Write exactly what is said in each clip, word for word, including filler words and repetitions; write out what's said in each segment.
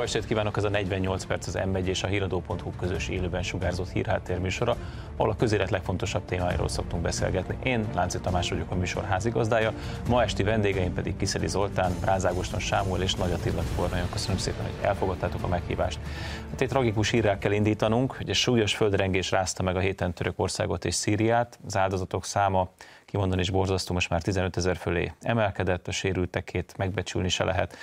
Jó estét kívánok, ez a negyvennyolc perc az em egy és a híradó pont hu közös élőben sugárzott hírháttér műsora, ahol a közélet legfontosabb témáiról szoktunk beszélgetni. Én Lánci Tamás vagyok, a műsor házigazdája, ma esti vendégeim pedig Kiszeli Zoltán, Bráz Ágoston Sámuel és Nagy Attila Tibor. Nagyon köszönöm szépen, hogy elfogadtátok a meghívást. Hát egy tragikus hírrel kell indítanunk, hogy egy súlyos földrengés rázta meg a héten Törökországot és Szíriát. Az áldozatok száma kimondani is borzasztó, most már tizenötezer fölé emelkedett, a sérültekét megbecsülni se lehet.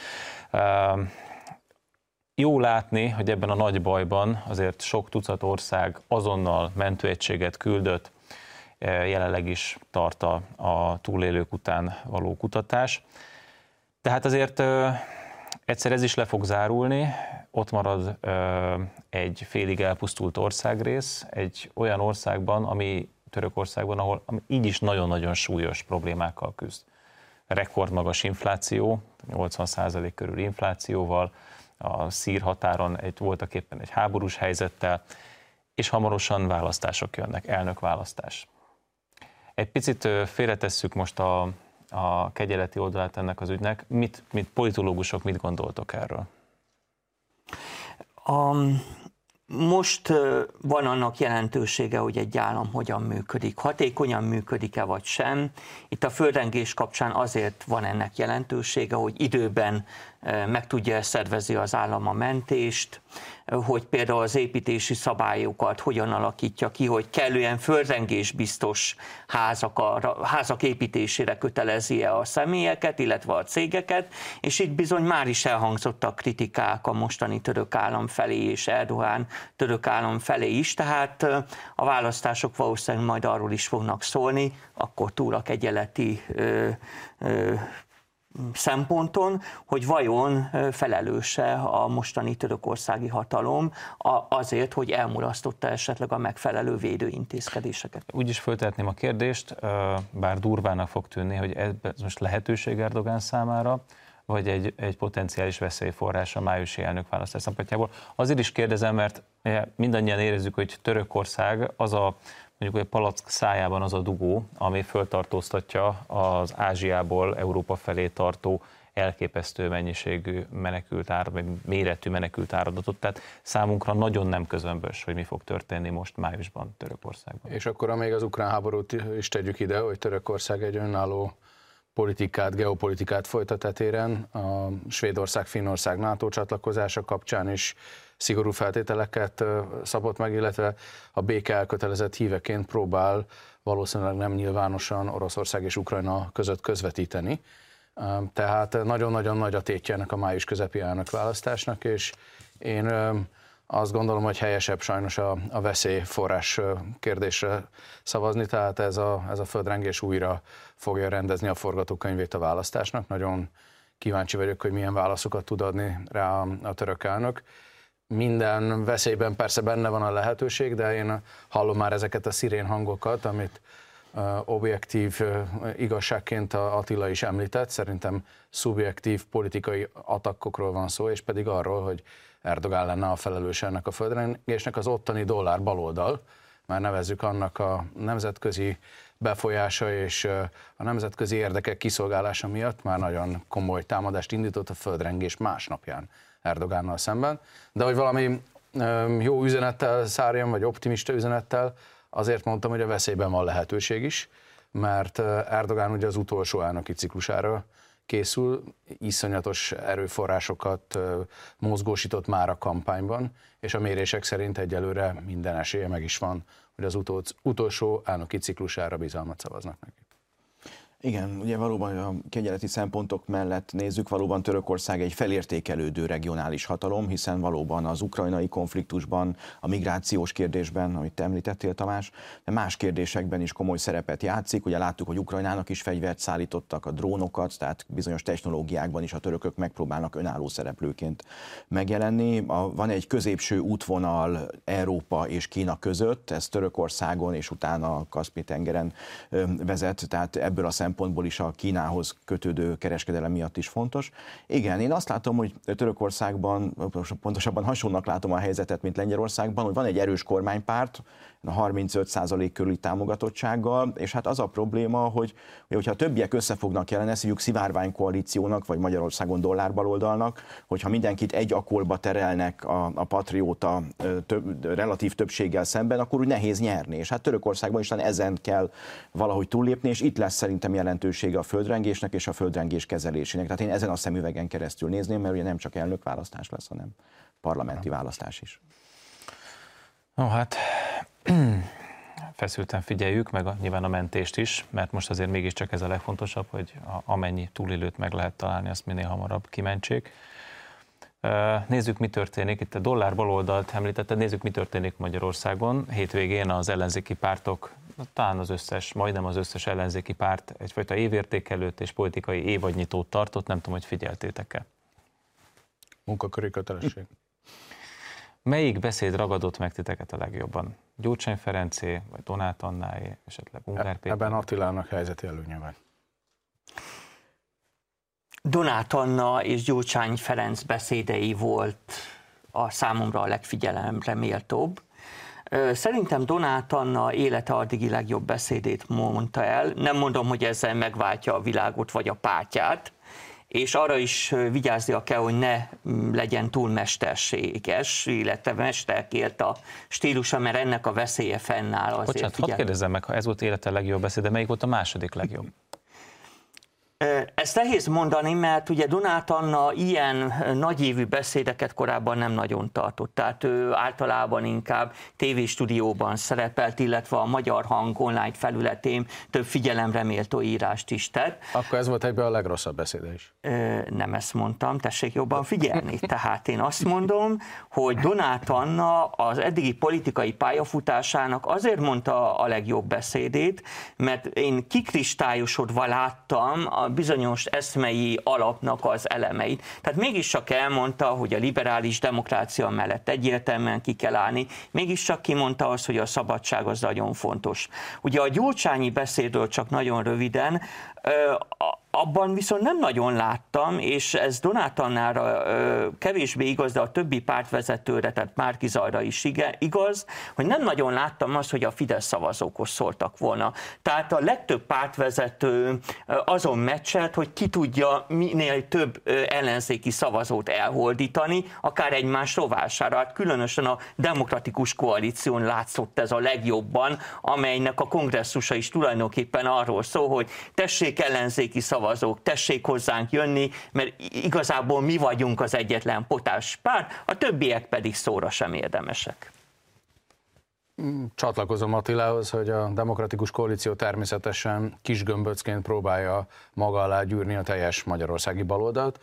Jó látni, hogy ebben a nagy bajban azért sok tucat ország azonnal mentőegységet küldött, jelenleg is tart a, a túlélők után való kutatás. Tehát azért ö, egyszer ez is le fog zárulni, ott marad ö, egy félig elpusztult országrész, egy olyan országban, ami Törökországban, ahol ami így is nagyon-nagyon súlyos problémákkal küzd. Rekordmagas infláció, nyolcvan százalék körül inflációval, a szír határon egy, voltak éppen egy háborús helyzettel, és hamarosan választások jönnek, elnökválasztás. Egy picit félretesszük most a, a kegyeleti oldalát ennek az ügynek. Mit, mit politológusok mit gondoltok erről? Um... Most van annak jelentősége, hogy egy állam hogyan működik, hatékonyan működik-e vagy sem. Itt a földrengés kapcsán azért van ennek jelentősége, hogy időben meg tudja szervezni az állam a mentést, hogy például az építési szabályokat hogyan alakítja ki, hogy kellően földrengésbiztos házak, a, házak építésére kötelezi-e a személyeket, illetve a cégeket, és itt bizony már is elhangzottak kritikák a mostani török állam felé és Erdoğan török állam felé is, tehát a választások valószínűleg majd arról is fognak szólni, akkor túl a kegyeleti ö, ö, szemponton, hogy vajon felelőse a mostani törökországi hatalom azért, hogy elmulasztotta esetleg a megfelelő védőintézkedéseket. Úgy is föltehetném a kérdést, bár durvának fog tűnni, hogy ez most lehetőség Erdoğan számára, vagy egy, egy potenciális veszélyforrás a májusi elnökválasztás szempontjából. Azért is kérdezem, mert mindannyian érezzük, hogy Törökország az a mondjuk egy palack szájában az a dugó, ami föltartóztatja az Ázsiából Európa felé tartó elképesztő mennyiségű menekült áradat, vagy méretű menekült áradatot. Tehát számunkra nagyon nem közömbös, hogy mi fog történni most májusban Törökországban. És akkor még az ukrán háborút is tegyük ide, hogy Törökország egy önálló politikát, geopolitikát folytat e téren. A Svédország, Finnország NATO csatlakozása kapcsán is szigorú feltételeket szabott meg, illetve a béke elkötelezett híveként próbál valószínűleg nem nyilvánosan Oroszország és Ukrajna között közvetíteni. Tehát nagyon-nagyon nagy a tétje ennek a május közepi elnökválasztásnak, és én azt gondolom, hogy helyesebb sajnos a, a veszélyforrás kérdésre szavazni, tehát ez a, ez a földrengés újra fogja rendezni a forgatókönyvét a választásnak. Nagyon kíváncsi vagyok, hogy milyen válaszokat tud adni rá a, a török elnök. Minden veszélyben persze benne van a lehetőség, de én hallom már ezeket a szirén hangokat, amit uh, objektív uh, igazságként a Attila is említett. Szerintem szubjektív politikai attakkokról van szó, és pedig arról, hogy Erdoğan lenne a felelős ennek a földrengésnek, az ottani dollár baloldal, már nevezzük annak a nemzetközi befolyása és uh, a nemzetközi érdekek kiszolgálása miatt már nagyon komoly támadást indított a földrengés másnapján Erdoğannal szemben, de hogy valami jó üzenettel szárjon, vagy optimista üzenettel, azért mondtam, hogy a veszélyben van lehetőség is, mert Erdoğan ugye az utolsó elnöki ciklusára készül, iszonyatos erőforrásokat mozgósított már a kampányban, és a mérések szerint egyelőre minden esélye meg is van, hogy az utolsó elnöki ciklusára bizalmat szavaznak neki. Igen, ugye valóban a kegyeleti szempontok mellett nézzük, valóban Törökország egy felértékelődő regionális hatalom, hiszen valóban az ukrajnai konfliktusban, a migrációs kérdésben, amit te említettél, Tamás, de más kérdésekben is komoly szerepet játszik. Ugye láttuk, hogy Ukrajnának is fegyvert szállítottak, a drónokat, tehát bizonyos technológiákban is a törökök megpróbálnak önálló szereplőként megjelenni. A, van egy középső útvonal Európa és Kína között, ez Törökországon és utána a Kaszpi-tengeren vezet, tehát ebből a szempontból szempontból is a Kínához kötődő kereskedelem miatt is fontos. Igen, én azt látom, hogy Törökországban, pontosabban hasonlónak látom a helyzetet, mint Lengyelországban, hogy van egy erős kormánypárt, harmincöt százalék körüli támogatottsággal, és hát az a probléma, hogy hogyha a többiek összefognak jelen, ezt hívjuk szivárványkoalíciónak, vagy Magyarországon dollárbaloldalnak, hogyha mindenkit egy akolba terelnek a, a patrióta több, relatív többséggel szemben, akkor úgy nehéz nyerni. És hát Törökországban is ezen kell valahogy túllépni, és itt lesz szerintem jelentősége a földrengésnek és a földrengés kezelésének. Tehát én ezen a szemüvegen keresztül nézném, mert ugye nem csak elnökválasztás lesz, hanem parlamenti választás is. No hát, feszülten figyeljük, meg a, nyilván a mentést is, mert most azért mégiscsak ez a legfontosabb, hogy a, amennyi túlélőt meg lehet találni, azt minél hamarabb kimentsék. Nézzük, mi történik. Itt a dollár baloldalt említetted, nézzük, mi történik Magyarországon. Hétvégén az ellenzéki pártok, talán az összes, majdnem az összes ellenzéki párt egyfajta évértékelőt és politikai évadnyitót tartott, nem tudom, hogy figyeltétek-e. Munkaköri kötelesség. Melyik beszéd ragadott meg titeket a legjobban? Gyurcsány Ferencé, vagy Donát Annáé, esetleg Ungár Péter? Ebben Attilának helyzeti előnye van. Donát Anna és Gyurcsány Ferenc beszédei volt a számomra a legfigyelemre méltóbb. Szerintem Donát Anna élete addigi legjobb beszédét mondta el. Nem mondom, hogy ezzel megváltja a világot vagy a pártját, és arra is vigyáznia kell, hogy ne legyen túl mesterséges, illetve mesterkélt a stílusa, mert ennek a veszélye fennáll. Azért Bocsánat, hadd kérdezzem meg, ha ez volt élete legjobb beszéd, de melyik volt a második legjobb? Ezt nehéz mondani, mert ugye Donát Anna ilyen nagyévű beszédeket korábban nem nagyon tartott, tehát ő általában inkább tévéstúdióban szerepelt, illetve a Magyar Hang online felületén több figyelemre méltó írást is tett. Akkor ez volt egyben a legrosszabb beszéde is. Nem ezt mondtam, tessék jobban figyelni. Tehát én azt mondom, hogy Donát Anna az eddigi politikai pályafutásának azért mondta a legjobb beszédét, mert én kikristályosodva láttam a bizonyos eszmei alapnak az elemeit. Tehát mégiscsak elmondta, hogy a liberális demokrácia mellett egyértelműen ki kell állni, mégiscsak kimondta azt, hogy a szabadság az nagyon fontos. Ugye a gyurcsányi beszédről csak nagyon röviden, abban viszont nem nagyon láttam, és ez Donát Annára kevésbé igaz, de a többi pártvezetőre, tehát Márki-Zajra is igaz, hogy nem nagyon láttam azt, hogy a Fidesz szavazókhoz szóltak volna. Tehát a legtöbb pártvezető azon meccselt, hogy ki tudja minél több ellenzéki szavazót elholdítani, akár egymás rovására. Hát különösen a demokratikus koalíción látszott ez a legjobban, amelynek a kongresszusa is tulajdonképpen arról szól, hogy tessék ellenzéki szavazók, tessék hozzánk jönni, mert igazából mi vagyunk az egyetlen potás párt, a többiek pedig szóra sem érdemesek. Csatlakozom Attilához, hogy a demokratikus koalíció természetesen kis gömböcként próbálja maga alá gyűrni a teljes magyarországi baloldalt.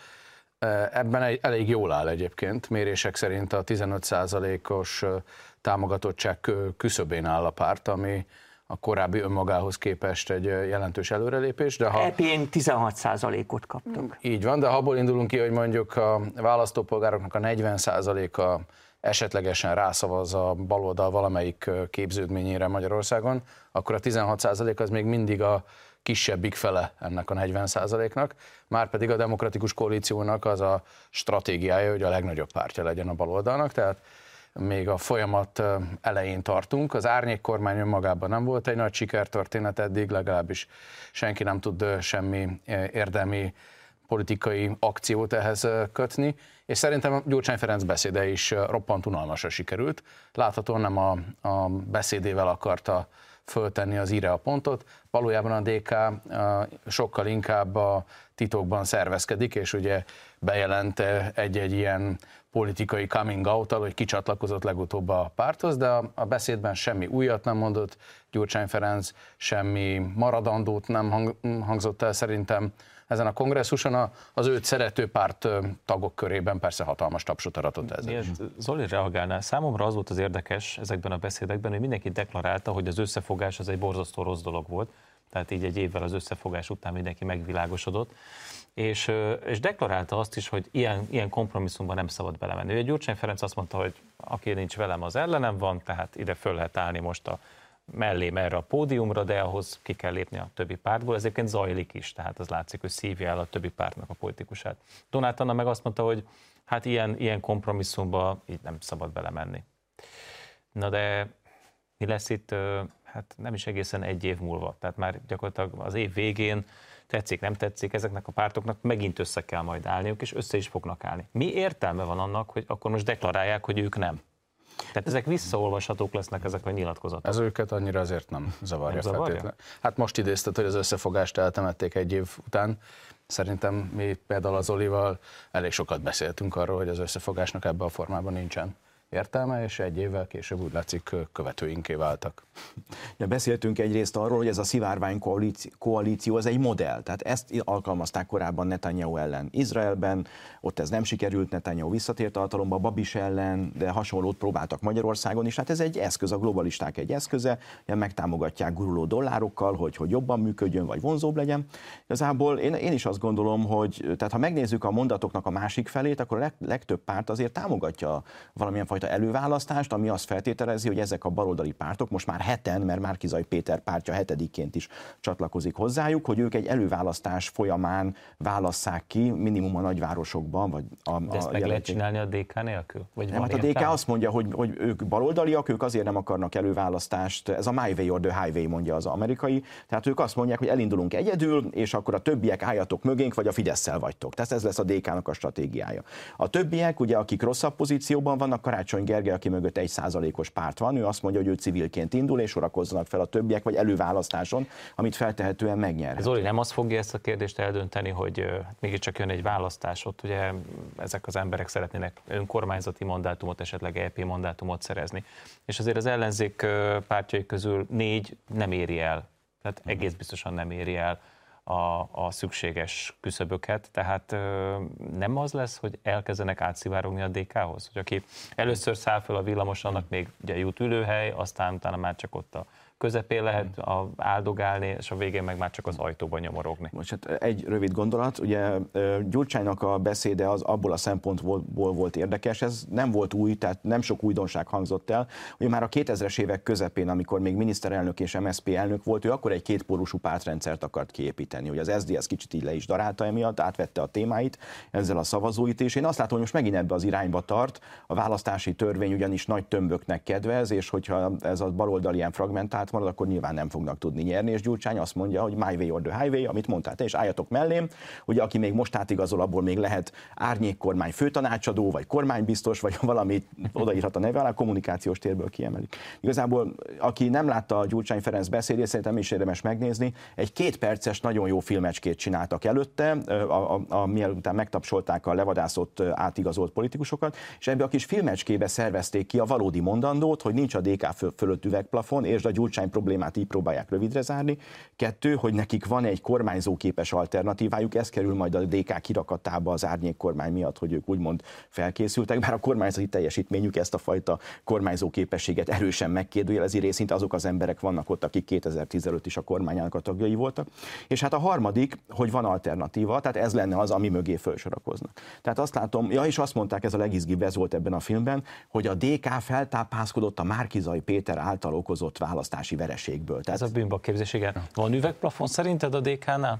Ebben elég jól áll egyébként. Mérések szerint a tizenöt százalékos támogatottság küszöbén áll a párt, ami a korábbi önmagához képest egy jelentős előrelépés. De ha é pé-n tizenhat százalékot kaptak. Így van, de ha abból indulunk ki, hogy mondjuk a választópolgároknak a negyven százaléka esetlegesen rászavaz a baloldal valamelyik képződményére Magyarországon, akkor a tizenhat százalék az még mindig a kisebbik fele ennek a negyven százaléknak, márpedig a demokratikus koalíciónak az a stratégiája, hogy a legnagyobb pártja legyen a baloldalnak, tehát még a folyamat elején tartunk. Az árnyék kormány önmagában nem volt egy nagy sikertörténet eddig, legalábbis senki nem tud semmi érdemi politikai akciót ehhez kötni, és szerintem Gyurcsány Ferenc beszéde is roppant unalmasra sikerült. Láthatóan nem a, a beszédével akarta föltenni az íre a pontot, valójában a dé ká sokkal inkább a titokban szervezkedik, és ugye bejelent egy-egy ilyen politikai coming out-tal, hogy kicsatlakozott legutóbb a párthoz, de a beszédben semmi újat nem mondott Gyurcsány Ferenc, semmi maradandót nem hang, hangzott el szerintem ezen a kongresszuson. Az őt szerető párt tagok körében persze hatalmas tapsot aratott ezzel. Miért Zoli reagálnál? Számomra az volt az érdekes ezekben a beszédekben, hogy mindenki deklarálta, hogy az összefogás az egy borzasztó rossz dolog volt, tehát így egy évvel az összefogás után mindenki megvilágosodott, és, és deklarálta azt is, hogy ilyen, ilyen kompromisszumban nem szabad belemenni. Ugye Gyurcsány Ferenc azt mondta, hogy aki nincs velem, az ellenem van, tehát ide föl lehet állni most a mellém erre a pódiumra, de ahhoz ki kell lépni a többi pártból. Ez egyébként zajlik is, tehát az látszik, hogy szívja el a többi pártnak a politikusát. Donát Anna meg azt mondta, hogy hát ilyen, ilyen kompromisszumba így nem szabad belemenni. Na de Mi lesz itt, hát nem is egészen egy év múlva, tehát már gyakorlatilag az év végén tetszik, nem tetszik, ezeknek a pártoknak megint össze kell majd állniuk, és össze is fognak állni. Mi értelme van annak, hogy akkor most deklarálják, hogy ők nem? Tehát ezek visszaolvashatók lesznek, ezek a nyilatkozatok. Ez őket annyira azért nem zavarja, nem zavarja? feltétlenül. Hát most idézted, hogy az összefogást eltemették egy év után. Szerintem mi például az Olival elég sokat beszéltünk arról, hogy az összefogásnak ebben a formában nincsen értelme, és egy évvel később úgy látszik követőinké váltak. Ja, beszéltünk egyrészt arról, hogy ez a szivárvány koalíció, koalíció az egy modell, tehát ezt alkalmazták korábban Netanyahu ellen Izraelben, ott ez nem sikerült, Netanyahu visszatért a hatalomba, Babis ellen, de hasonlót próbáltak Magyarországon is, hát ez egy eszköz, a globalisták egy eszköze, ugye megtámogatják guruló dollárokkal, hogy, hogy jobban működjön, vagy vonzóbb legyen. Igazából én, én is azt gondolom, hogy tehát ha megnézzük a mondatoknak a másik felét, akkor a leg, legtöbb párt azért támogatja valamilyen fajta előválasztást, ami azt feltételezi, hogy ezek a baloldali pártok, most már heten, mert Márki-Zay Péter pártja hetedikként is csatlakozik hozzájuk, hogy ők egy előválasztás folyamán válasszák ki, minimum a nagyvárosokban. Vagy a, De ezt a meg lehet jelenték... csinálni a dé ká nélkül? Vagy nem, hát a dé ká azt mondja, hogy, hogy ők baloldaliak, ők azért nem akarnak előválasztást, ez a My Way or the Highway, mondja az amerikai, tehát ők azt mondják, hogy elindulunk egyedül, és akkor a többiek álljatok mögénk, vagy a Fidesszel vagytok. Tehát ez lesz a dé ká-nak a stratégiája. A többiek, ugye, akik rosszabb pozícióban vannak, Karácsony Gergely, aki mögött egy százalékos párt van, ő azt mondja, hogy ő civilként indul, és sorakozzanak fel a többiek, vagy előválasztáson, amit feltehetően megnyerhet. Zoli, nem azt fogja ezt a kérdést eldönteni, hogy mégiscsak jön egy választás, ott ugye ezek az emberek szeretnének önkormányzati mandátumot, esetleg é pé mandátumot szerezni. És azért az ellenzék pártjai közül négy nem éri el, tehát egész biztosan nem éri el a, a szükséges küszöböket, tehát ö, nem az lesz, hogy elkezdenek átszivárogni a dé ká-hoz, hogy aki először száll fel a villamos, annak még ugye jut ülőhely, aztán utána már csak ott a közepén lehet a, áldogálni, és a végén meg már csak az ajtóban nyomorogni. Most hát egy rövid gondolat, ugye Gyurcsánynak a beszéde az abból a szempontból volt érdekes, ez nem volt új, tehát nem sok újdonság hangzott el. Ugye már a kétezres évek közepén, amikor még miniszterelnök és em es zé pé elnök volt, ő akkor egy kétpórusú pártrendszert akart kiépíteni. Ugye az es zé dé es kicsit így le is darálta emiatt, átvette a témáit, ezzel a szavazóit, és én azt látom, hogy most megint ebbe az irányba tart. A választási törvény ugyanis nagy tömböknek kedvez, és hogyha ez a baloldal ilyen fragmentált marad, akkor nyilván nem fognak tudni nyerni, és Gyurcsány azt mondja, hogy My Way or the Highway, amit mondtál te, és álljatok mellém, ugye aki még most átigazol, abból még lehet árnyékkormány főtanácsadó, vagy kormánybiztos, vagy valami odaírhat a neve alá, kommunikációs térből kiemelik. Igazából, aki nem látta a Gyurcsány Ferenc beszédét, szerintem is érdemes megnézni, egy két perces, nagyon jó filmecskét csináltak előtte, a, a, a, mielőtt megtapsolták a levadászott, átigazolt politikusokat, és ebbe a kis filmecskébe szervezték ki a valódi mondandót, hogy nincs a dé ká fölött üvegplafon, és a Gyurcsány problémát így próbálják rövidre zárni. Kettő, hogy nekik van egy kormányzóképes alternatívájuk, ez kerül majd a dé ká kirakatába az árnyék kormány miatt, hogy ők úgymond felkészültek, bár a kormányzati teljesítményük ezt a fajta kormányzóképességet erősen megkérdőjelezi, részint azok az emberek vannak ott, akik kétezer-tíz előtt is a kormányának a tagjai voltak. És hát a harmadik, hogy van alternatíva, tehát ez lenne az, ami mögé felsorakoznak. Tehát azt látom, ja, és azt mondták, ez a legizgibb, ez volt ebben a filmben, hogy a dé ká feltápászkodott a Márki-Zay Péter által okozott választási vereségből. Tehát... Ez a bűnbakképzés, igen. Van üvegplafon szerinted a dé ká-nál?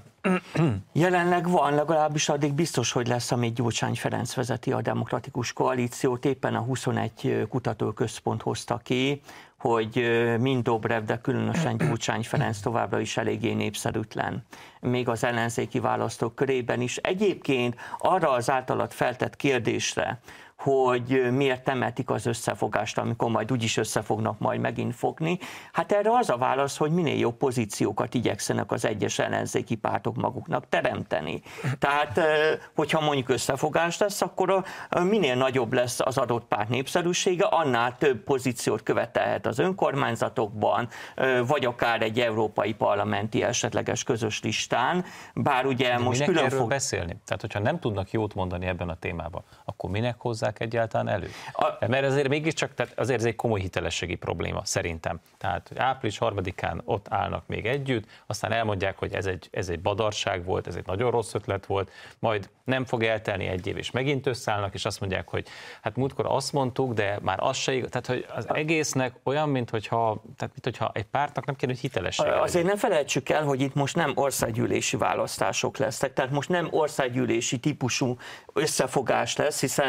Jelenleg van, legalábbis addig biztos, hogy lesz, amíg Gyurcsány Ferenc vezeti a demokratikus koalíciót. Éppen a huszonegy kutatóközpont hozta ki, hogy mind Dobrev, de különösen Gyurcsány Ferenc továbbra is eléggé népszerűtlen. Még az ellenzéki választók körében is. Egyébként arra az általad feltett kérdésre, hogy miért temetik az összefogást, amikor majd úgyis össze fognak majd megint fogni. Hát erre az a válasz, hogy minél jobb pozíciókat igyekszenek az egyes ellenzéki pártok maguknak teremteni. Tehát, hogyha mondjuk összefogás lesz, akkor minél nagyobb lesz az adott párt népszerűsége, annál több pozíciót követelhet az önkormányzatokban, vagy akár egy európai parlamenti esetleges közös listán, bár ugye de most minek külön erről fog... beszélni? Tehát, hogyha nem tudnak jót mondani ebben a témában, akkor minek hozzá egyáltalán elő? A... Mert azért mégiscsak, tehát azért ez egy komoly hitelességi probléma, szerintem. Tehát április harmadikán ott állnak még együtt, aztán elmondják, hogy ez egy, ez egy badarság volt, ez egy nagyon rossz ötlet volt, majd nem fog eltelni egy év, és megint összeállnak, és azt mondják, hogy hát múltkor azt mondtuk, de már az se igaz. Tehát, hogy az egésznek olyan, minthogyha, tehát, minthogyha egy pártnak nem kéne, hogy hitelesség. Azért ne felejtsük el, hogy itt most nem országgyűlési választások lesznek, tehát most nem országgyűlési típusú összefogás lesz, hiszen ön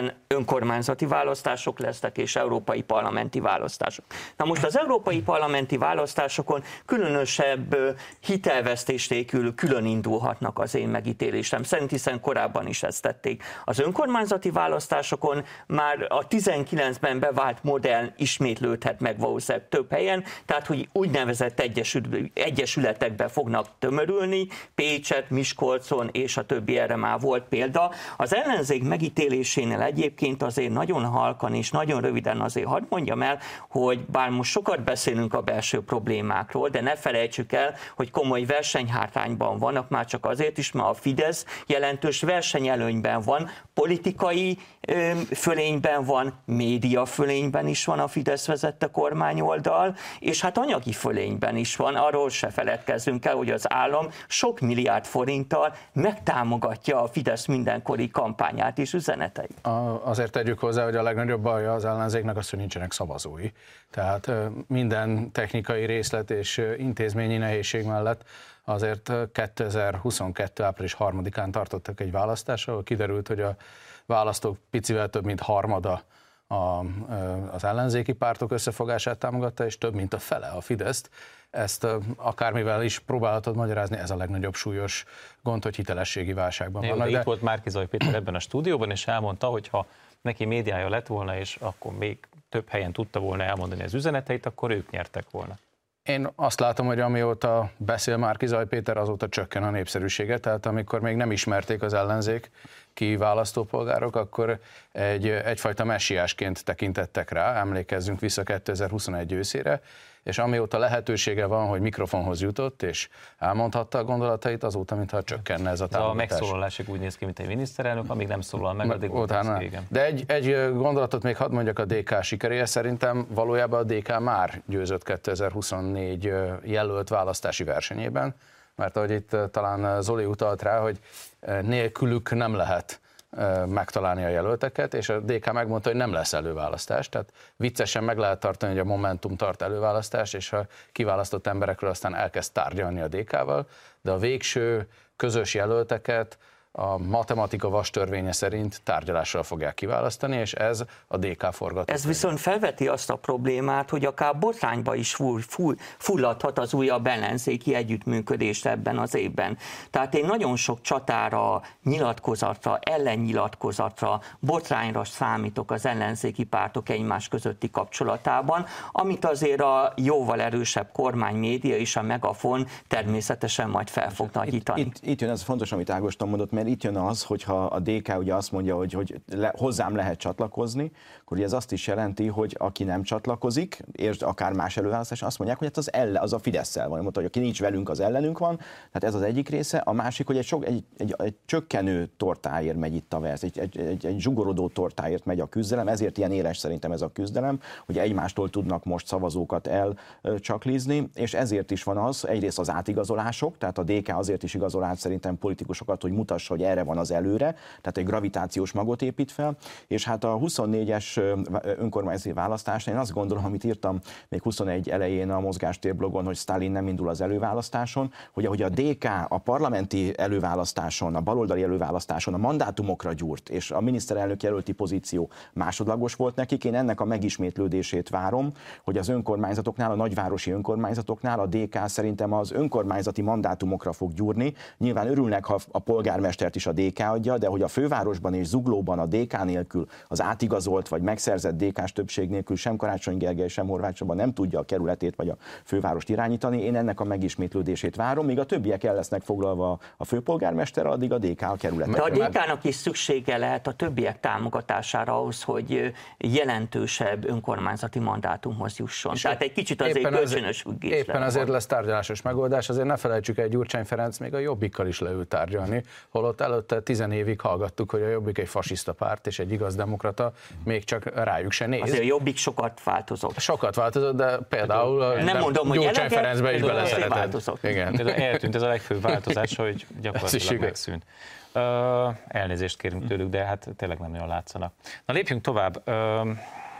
önkormányzati választások lesznek, és európai parlamenti választások. Na most az európai parlamenti választásokon különösebb hitelvesztés nélkül külön indulhatnak az én megítélésem szerint, hiszen korábban is ezt tették. Az önkormányzati választásokon már a tizenkilencben bevált modell ismétlődhet meg valószínűleg több helyen, tehát hogy úgynevezett egyesül, egyesületekbe fognak tömörülni, Pécset, Miskolcon és a többi, erre már volt példa. Az ellenzék megítélésénél egyébként azért nagyon halkan és nagyon röviden azért hadd mondjam el, hogy bár most sokat beszélünk a belső problémákról, de ne felejtsük el, hogy komoly versenyhátrányban vannak, már csak azért is, mert a Fidesz jelentős versenyelőnyben van, politikai ö, fölényben van, média fölényben is van a Fidesz vezette kormányoldal, és hát anyagi fölényben is van, arról se feledkezzünk el, hogy az állam sok milliárd forinttal megtámogatja a Fidesz mindenkori kampányát és üzeneteit. A, azért tegyük hozzá, hogy a legnagyobb baja az ellenzéknek az, hogy nincsenek szavazói. Tehát minden technikai részlet és intézményi nehézség mellett azért kétezer-huszonkettő. április harmadikán tartottak egy választást, ahol kiderült, hogy a választók picivel több mint harmada a, az ellenzéki pártok összefogását támogatta, és több mint a fele a Fideszt. Ezt akármivel is próbálhatod magyarázni, ez a legnagyobb súlyos gond, hogy hitelességi válságban Jó, vannak. de itt volt Márki-Zay Péter ebben a stúdióban, és elmondta, hogy ha neki médiája lett volna, és akkor még több helyen tudta volna elmondani az üzeneteit, akkor ők nyertek volna. Én azt látom, hogy amióta beszél Márki-Zay Péter, azóta csökken a népszerűsége, tehát amikor még nem ismerték az ellenzék ki választópolgárok, akkor egy, egyfajta messiásként tekintettek rá, emlékezzünk vissza kétezer-huszonegy őszére, és amióta lehetősége van, hogy mikrofonhoz jutott, és elmondhatta a gondolatait, azóta, mintha csökkenne ez a támogatás. A megszólalásig úgy néz ki, mint egy miniszterelnök, amíg nem szólal meg, addig úgy néz ki, igen. De egy, egy gondolatot még hadd mondjak a dé ká sikeréhez, szerintem valójában a dé ká már győzött kétezer-huszonnégy jelölt választási versenyében, mert ahogy itt talán Zoli utalt rá, hogy nélkülük nem lehet megtalálni a jelölteket, és a dé ká megmondta, hogy nem lesz előválasztás, tehát viccesen meg lehet tartani, hogy a Momentum tart előválasztást, és a kiválasztott emberekről aztán elkezd tárgyalni a dé ká-val, de a végső közös jelölteket a matematika vastörvénye szerint tárgyalással fogják kiválasztani, és ez a dé ká forgatókönyv. Ez viszont felveti azt a problémát, hogy akár botrányba is full, full, fulladhat az újabb ellenzéki együttműködést ebben az évben. Tehát én nagyon sok csatára, nyilatkozatra, ellennyilatkozatra, botrányra számítok az ellenzéki pártok egymás közötti kapcsolatában, amit azért a jóval erősebb kormánymédia és a Megafon természetesen majd fel fog nagyítani. Itt, itt, itt jön ez fontos, amit Ágoston mondott, mert itt jön az, hogyha a dé ká ugye azt mondja, hogy, hogy le, hozzám lehet csatlakozni, akkor ugye ez azt is jelenti, hogy aki nem csatlakozik, és akár más előválasztás, azt mondják, hogy hát az, elle, az a Fidesszel van. Mondta, hogy aki nincs velünk, az ellenünk van. Tehát ez az egyik része. A másik, hogy egy, sok, egy, egy, egy csökkenő tortáért megy itt a versz, egy, egy, egy, egy zsugorodó tortáért megy a küzdelem, ezért ilyen éles szerintem ez a küzdelem, hogy egymástól tudnak most szavazókat elcsaklizni, és ezért is van az, egyrészt az átigazolások, tehát a dé ká azért is igazol át szerintem politikusokat, hogy mutassa, hogy erre van az előre, tehát egy gravitációs magot épít fel, és hát a huszonnégyes önkormányzati választásnál én azt gondolom, amit írtam még huszonegy elején a Mozgástér blogon, hogy Sztálin nem indul az előválasztáson, hogy ahogy a dé ká a parlamenti előválasztáson, a baloldali előválasztáson a mandátumokra gyúrt, és a miniszterelnök jelölti pozíció másodlagos volt nekik, én ennek a megismétlődését várom, hogy az önkormányzatoknál, a nagyvárosi önkormányzatoknál a dé ká szerintem az önkormányzati mandátumokra fog gyúrni. Nyilván örülnek, ha a polgármestert is a dé ká adja, de hogy a fővárosban és Zuglóban a dé ká nélkül, az átigazolt vagy megszerzett dé ká-s többség nélkül sem Karácsony Gergely, sem Horváth Csaba nem tudja a kerületét vagy a fővárost irányítani. Én ennek a megismétlődését várom, míg a többiek el lesznek foglalva a főpolgármesterrel, addig a dé ká a kerületet. De a dé ká-nak is szüksége lehet a többiek támogatására ahhoz, hogy jelentősebb önkormányzati mandátumhoz jusson. És tehát egy kicsit azért kölcsönös függés. Éppen azért lesz tárgyalásos megoldás, azért ne felejtsük el, Gyurcsány Ferenc még a Jobbikkal is leült tárgyalni, holott előtte tizen évig hallgattuk, hogy a Jobbik egy fasiszta párt és egy igaz demokrata, még csak rájuk se néz. Azért a Jobbik sokat változott. Sokat változott, de például a nem mondom, hogy Gyurcsány Ferencbe is beleszeretett. Igen. Eltűnt ez a legfőbb változás, hogy gyakorlatilag megszűnt. Uh, elnézést kérünk tőlük, de hát tényleg nem nagyon látszanak. Na lépjünk tovább. Uh,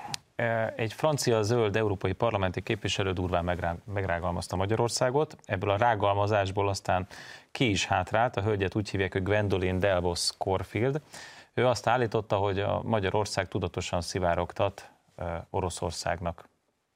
Egy francia zöld európai parlamenti képviselő durván megrágalmazta Magyarországot. Ebből a rágalmazásból aztán ki is hátrált. A hölgyet úgy hívják, hogy Gwendoline Delbos Corfield. Ő azt állította, hogy a Magyarország tudatosan szivárogtat Oroszországnak.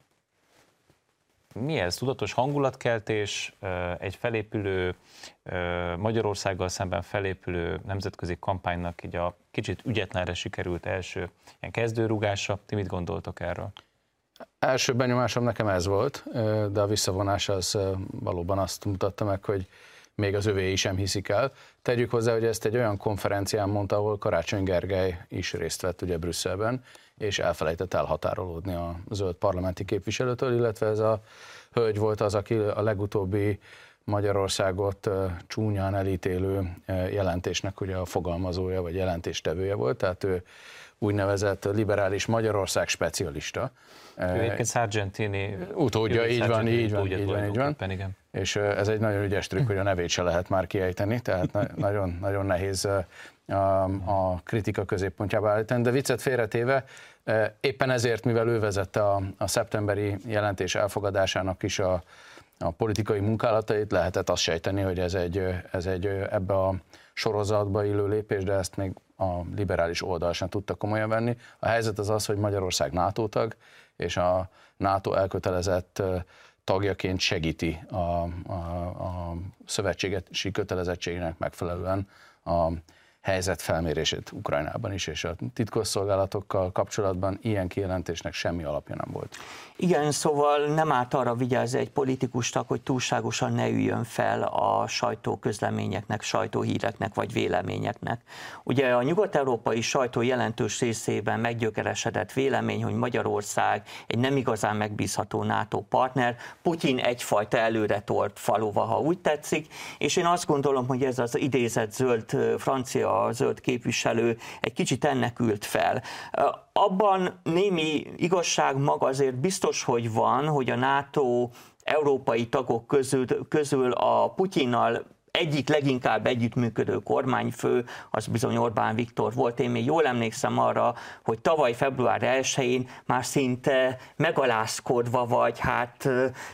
Mi ez? Tudatos hangulatkeltés, egy felépülő, Magyarországgal szemben felépülő nemzetközi kampánynak így a kicsit ügyetlenre sikerült első ilyen kezdőrúgása. Ti mit gondoltok erről? Első benyomásom nekem ez volt, de a visszavonás az valóban azt mutatta meg, hogy még az övéi sem hiszik el. Tegyük hozzá, hogy ezt egy olyan konferencián mondta, ahol Karácsony Gergely is részt vett ugye Brüsszelben, és elfelejtett elhatárolódni a zöld parlamenti képviselőtől, illetve ez a hölgy volt az, aki a legutóbbi Magyarországot csúnyán elítélő jelentésnek ugye a fogalmazója, vagy jelentéstevője volt, tehát ő úgynevezett liberális Magyarország specialista. Ő egyébként Sargentini utódja, így van, így van, így van, így van. Igen. És ez egy nagyon ügyes trükk, hogy a nevét se lehet már kiejteni, tehát nagyon, nagyon nehéz a, a kritika középpontjába állítani, de viccet félretéve, éppen ezért, mivel ő vezette a, a szeptemberi jelentés elfogadásának is a, a politikai munkálatait, lehetett azt sejteni, hogy ez egy, ez egy ebbe a sorozatba illő lépés, de ezt még a liberális oldal sem tudta komolyan venni. A helyzet az az, hogy Magyarország NATO tag, és a NATO elkötelezett tagjaként segíti a, a, a szövetségi kötelezettségnek megfelelően a helyzet felmérését Ukrajnában is, és a titkosszolgálatokkal kapcsolatban ilyen kijelentésnek semmi alapja nem volt. Igen, szóval nem árt arra vigyázni egy politikusnak, hogy túlságosan ne üljön fel a sajtóközleményeknek, sajtóhíreknek vagy véleményeknek. Ugye a nyugat-európai sajtó jelentős részében meggyökeresedett vélemény, hogy Magyarország egy nem igazán megbízható NATO partner, Putyin egyfajta előretolt falova, ha úgy tetszik, és én azt gondolom, hogy ez az idézett zöld, francia zöld képviselő egy kicsit ennek ült fel. Abban némi igazság maga azért biztos, hogy van, hogy a NATO európai tagok közül, közül a Putyinnal egyik leginkább együttműködő kormányfő, az bizony Orbán Viktor volt. Én még jól emlékszem arra, hogy tavaly február elsején már szinte megalázkodva, vagy hát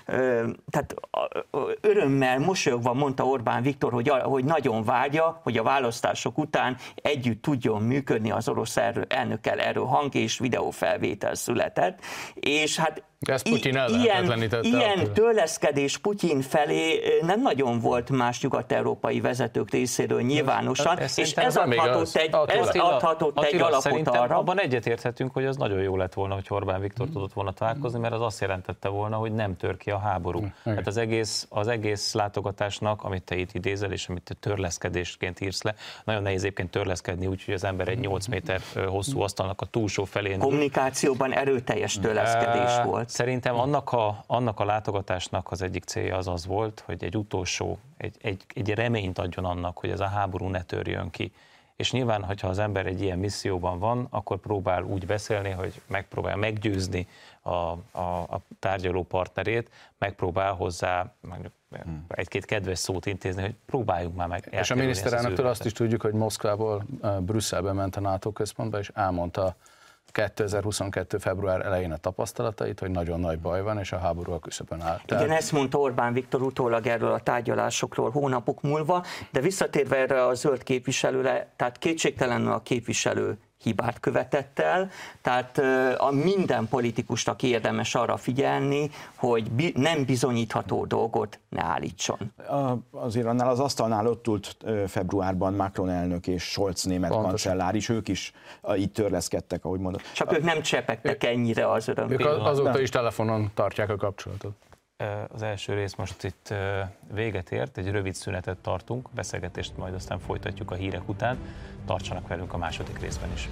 tehát örömmel, mosolyogva mondta Orbán Viktor, hogy, hogy nagyon várja, hogy a választások után együtt tudjon működni az orosz elnökkel. Erről hang- és videófelvétel született. És hát ilyen, ilyen törleszkedés Putyin felé nem nagyon volt más nyugat-európai vezetők részéről nyilvánosan, ez, és ez adhatott egy, ez adhatott egy alapot arra. Abban egyetérthetünk, hogy az nagyon jó lett volna, hogy Orbán Viktor tudott volna találkozni, mert az azt jelentette volna, hogy nem tör ki a háború. Hát az egész, az egész látogatásnak, amit te itt idézel, és amit te törleszkedésként írsz le, nagyon nehéz egyébként törleszkedni, úgyhogy az ember egy nyolc méter hosszú asztalnak a túlsó felén. Kommunikációban erőteljes törleszkedés volt. Szerintem annak a, annak a látogatásnak az egyik célja az az volt, hogy egy utolsó, egy, egy, egy reményt adjon annak, hogy ez a háború ne törjön ki. És nyilván, hogyha az ember egy ilyen misszióban van, akkor próbál úgy beszélni, hogy megpróbál meggyőzni a, a, a tárgyaló partnerét, megpróbál hozzá hmm. egy-két kedves szót intézni, hogy próbáljuk már meg. És a miniszterelnöktől azt is tudjuk, hogy Moszkvából Brüsszelbe ment a NATO központba, és elmondta kétezer-huszonkettő. február elején a tapasztalatait, hogy nagyon nagy baj van, és a háború a küszöbön áll. Tehát... Igen, ezt mondta Orbán Viktor utólag erről a tárgyalásokról hónapok múlva, de visszatérve erre a zöld képviselőre, tehát kétségtelenül a képviselő hibát követett el, tehát a minden politikusnak érdemes arra figyelni, hogy bi- nem bizonyítható dolgot ne állítson. A, azért annál az asztalnál ott ült februárban Macron elnök és Scholz német Pontosan. kancellár is, ők is így törleszkedtek, ahogy mondod. Csak a... ők nem csepegtek ennyire az öröm. Ők azóta is telefonon tartják a kapcsolatot. Az első rész most itt véget ért, egy rövid szünetet tartunk, beszélgetést majd aztán folytatjuk a hírek után. Tartsanak velünk a második részben is.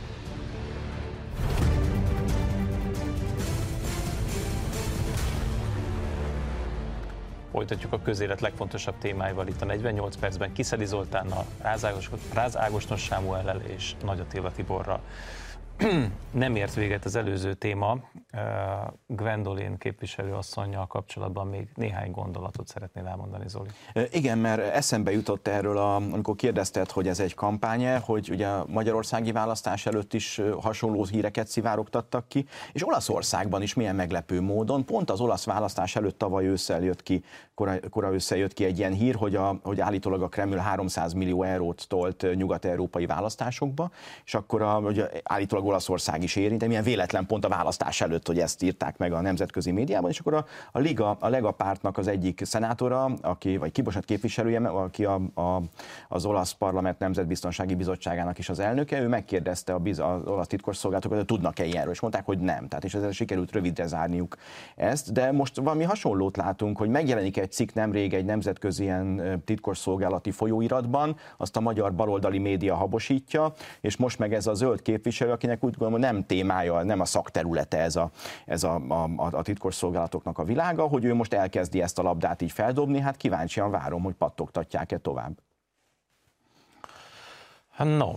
Folytatjuk a közélet legfontosabb témáival itt a negyvennyolc percben, Kiszeli Zoltánnal, Ráz Ágoston Sámuellel és Nagy Attila Tiborral. nem ért véget az előző téma. Gwendolyn képviselőasszonnyal kapcsolatban még néhány gondolatot szeretnél elmondani, Zoli. Igen, mert eszembe jutott erről, a, amikor kérdezted, hogy ez egy kampány, hogy ugye a magyarországi választás előtt is hasonló híreket szivárogtattak ki, és Olaszországban is milyen meglepő módon, pont az olasz választás előtt tavaly ősszel jött ki, kora, kora ősszel jött ki egy ilyen hír, hogy, a, hogy állítólag a Kreml háromszáz millió eurót tolt nyugat-európai választásokba, és akkor a, ugye, állítólag Olaszország is érint, de milyen véletlen pont a választás előtt, hogy ezt írták meg a nemzetközi médiában, és akkor a, a Liga, a Lega pártnak az egyik szenátora, aki, vagy kibosat képviselője, aki a, a, az olasz parlament nemzetbiztonsági bizottságának is az elnöke, ő megkérdezte a biz, az olasz titkosszolgálatokat, hogy tudnak-e ilyenről, és mondták, hogy nem. Tehát és ezzel sikerült rövidre zárniuk ezt, de most valami hasonlót látunk, hogy megjelenik egy cikk nemrég egy nemzetközi ilyen titkosszolgálati folyóiratban, azt a magyar baloldali média habosítja, és most meg ez a zöld képviselő, akinek úgy gondolom, nem témája, nem a szakterülete ez a, ez a, a, a titkosszolgálatoknak a világa, hogy ő most elkezdi ezt a labdát így feldobni, hát kíváncsian várom, hogy pattogtatják-e tovább. No,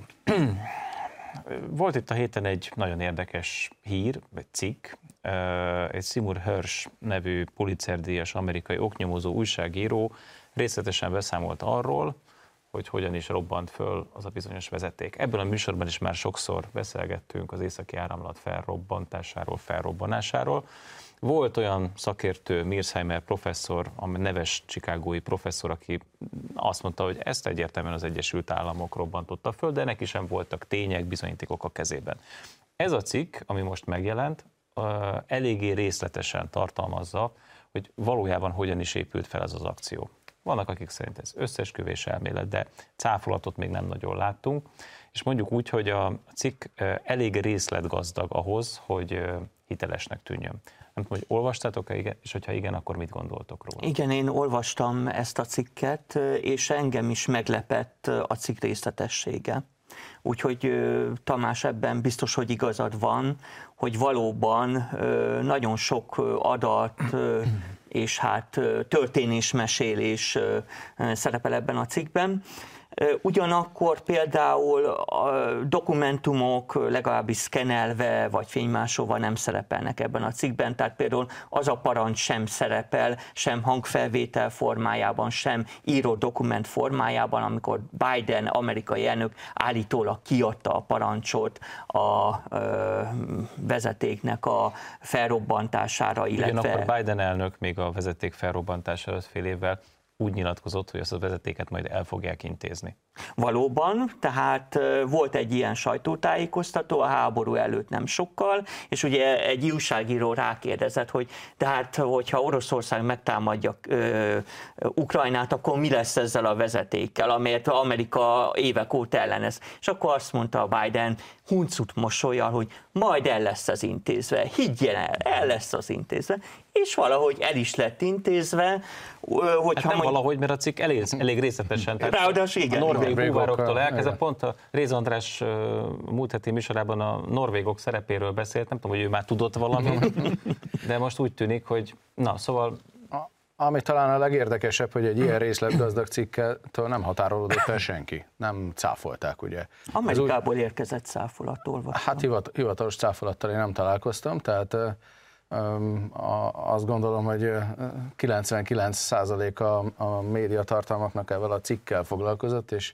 volt itt a héten egy nagyon érdekes hír, egy cikk, egy Seymour Hersh nevű Pulitzer-díjas amerikai oknyomozó újságíró részletesen beszámolt arról, hogy hogyan is robbant föl az a bizonyos vezeték. Ebből a műsorban is már sokszor beszélgettünk az északi áramlat felrobbantásáról, felrobbanásáról. Volt olyan szakértő, Mearsheimer professzor, a neves chicagói professzor, aki azt mondta, hogy ezt egyértelműen az Egyesült Államok robbantotta föl, de neki sem voltak tények, bizonyítékok a kezében. Ez a cikk, ami most megjelent, eléggé részletesen tartalmazza, hogy valójában hogyan is épült fel ez az akció. Vannak, akik szerint ez összeesküvés elmélet, de cáfolatot még nem nagyon láttunk, és mondjuk úgy, hogy a cikk elég részletgazdag ahhoz, hogy hitelesnek tűnjön. Nem tudom, hogy olvastátok-e, és hogyha igen, akkor mit gondoltok róla? Igen, én olvastam ezt a cikket, és engem is meglepett a cikk részletessége. Úgyhogy Tamás, ebben biztos, hogy igazad van, hogy valóban nagyon sok adat és hát történésmesélés szerepel ebben a cikkben. Ugyanakkor például a dokumentumok legalábbis szkenelve vagy fénymásolva nem szerepelnek ebben a cikkben, tehát például az a parancs sem szerepel, sem hangfelvétel formájában, sem írott dokument formájában, amikor Biden amerikai elnök állítólag kiadta a parancsot a ö, vezetéknek a felrobbantására, illetve... Ugyanakkor Biden elnök még a vezeték felrobbantása előtt fél évvel úgy nyilatkozott, hogy ezt a vezetéket majd el fogják intézni. Valóban, tehát volt egy ilyen sajtótájékoztató a háború előtt nem sokkal, és ugye egy újságíró rákérdezett, hogy tehát, hogyha Oroszország megtámadja ö, Ukrajnát, akkor mi lesz ezzel a vezetékkel, amelyet Amerika évek óta ellenez. És akkor azt mondta Biden huncut mosollyal, hogy majd el lesz az intézve, higgyen el, el lesz az intézve, és valahogy el is lett intézve. Hát nem majd... valahogy, mert a cikk elég, elég részletesen. Ráadásul igen. A norvég búvároktól elkezdve, pont a Réz András múlt heti műsorában a norvégok szerepéről beszélt, nem tudom, hogy ő már tudott valamit, de most úgy tűnik, hogy na, szóval... Ami talán a legérdekesebb, hogy egy ilyen részletgazdag cikkeltől nem határolódott el senki. Nem cáfolták, ugye. Amerikából úgy... érkezett cáfolat, olvastam. Hát hivat, hivatalos cáfolattal én nem találkoztam, tehát um, a, azt gondolom, hogy kilencvenkilenc százalék a, a médiatartalmaknak ezzel a cikkkel foglalkozott, és